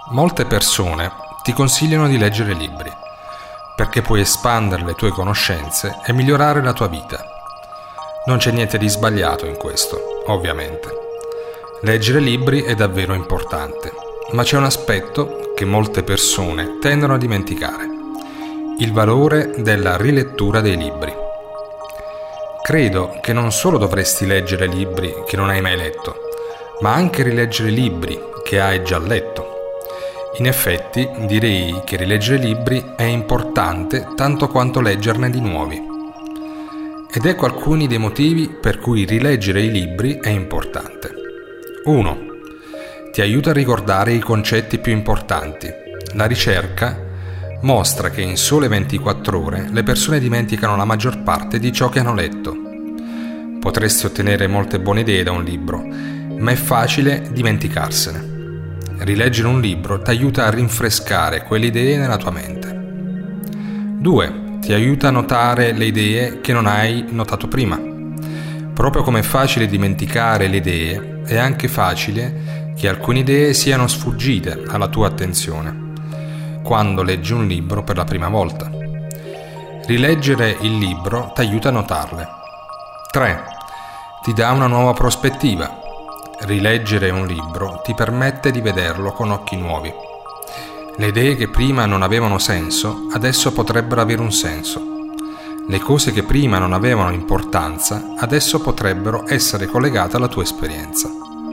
Molte persone ti consigliano di leggere libri, perché puoi espandere le tue conoscenze e migliorare la tua vita. Non c'è niente di sbagliato in questo, ovviamente. Leggere libri è davvero importante, ma c'è un aspetto che molte persone tendono a dimenticare: il valore della rilettura dei libri. Credo che non solo dovresti leggere libri che non hai mai letto, ma anche rileggere libri che hai già letto. In effetti, direi che rileggere libri è importante tanto quanto leggerne di nuovi. Ed ecco alcuni dei motivi per cui rileggere i libri è importante. 1. Ti aiuta a ricordare i concetti più importanti. La ricerca mostra che in sole 24 ore le persone dimenticano la maggior parte di ciò che hanno letto. Potresti ottenere molte buone idee da un libro, ma è facile dimenticarsene. Rileggere un libro ti aiuta a rinfrescare quelle idee nella tua mente. 2. Ti aiuta a notare le idee che non hai notato prima. Proprio come è facile dimenticare le idee, è anche facile che alcune idee siano sfuggite alla tua attenzione quando leggi un libro per la prima volta. Rileggere il libro ti aiuta a notarle. 3. Ti dà una nuova prospettiva. Rileggere un libro ti permette di vederlo con occhi nuovi. Le idee che prima non avevano senso, adesso potrebbero avere un senso. Le cose che prima non avevano importanza, adesso potrebbero essere collegate alla tua esperienza.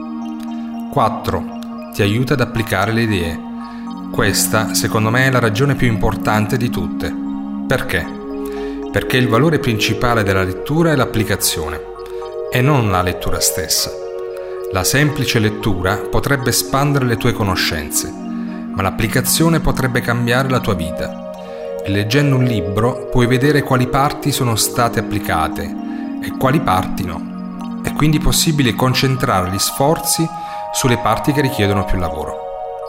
4. Ti aiuta ad applicare le idee. Questa, secondo me, è la ragione più importante di tutte. Perché? Perché il valore principale della lettura è l'applicazione, e non la lettura stessa. La semplice lettura potrebbe espandere le tue conoscenze, ma l'applicazione potrebbe cambiare la tua vita. Leggendo un libro puoi vedere quali parti sono state applicate e quali parti no. È quindi possibile concentrare gli sforzi sulle parti che richiedono più lavoro.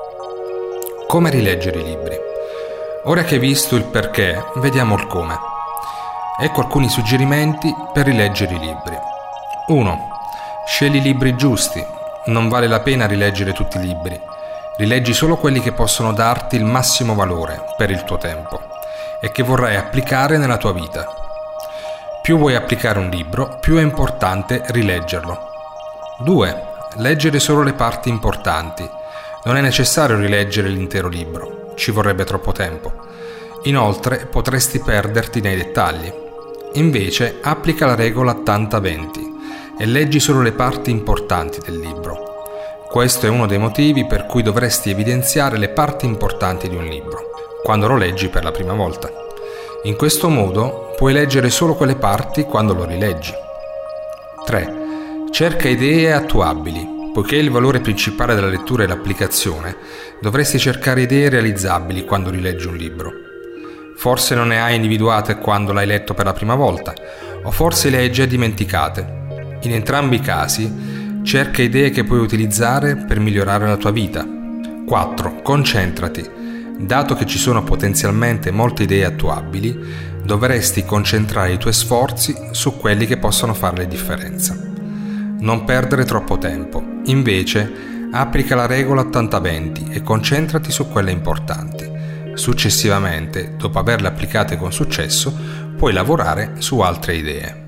Come rileggere i libri? Ora che hai visto il perché, vediamo il come. Ecco alcuni suggerimenti per rileggere i libri. 1. Scegli i libri giusti. Non vale la pena rileggere tutti i libri. Rileggi solo quelli che possono darti il massimo valore per il tuo tempo e che vorrai applicare nella tua vita. Più vuoi applicare un libro, più è importante rileggerlo. 2. Leggere solo le parti importanti. Non è necessario rileggere l'intero libro, ci vorrebbe troppo tempo. Inoltre potresti perderti nei dettagli. Invece applica la regola 80-20 e leggi solo le parti importanti del libro. Questo è uno dei motivi per cui dovresti evidenziare le parti importanti di un libro quando lo leggi per la prima volta. In questo modo puoi leggere solo quelle parti quando lo rileggi. 3. Cerca idee attuabili. Poiché il valore principale della lettura è l'applicazione, dovresti cercare idee realizzabili quando rileggi un libro. Forse non ne hai individuate quando l'hai letto per la prima volta, o forse le hai già dimenticate. In entrambi i casi, cerca idee che puoi utilizzare per migliorare la tua vita. 4. Concentrati. Dato che ci sono potenzialmente molte idee attuabili, dovresti concentrare i tuoi sforzi su quelli che possono fare la differenza. Non perdere troppo tempo. Invece, applica la regola 80-20 e concentrati su quelle importanti. Successivamente, dopo averle applicate con successo, puoi lavorare su altre idee.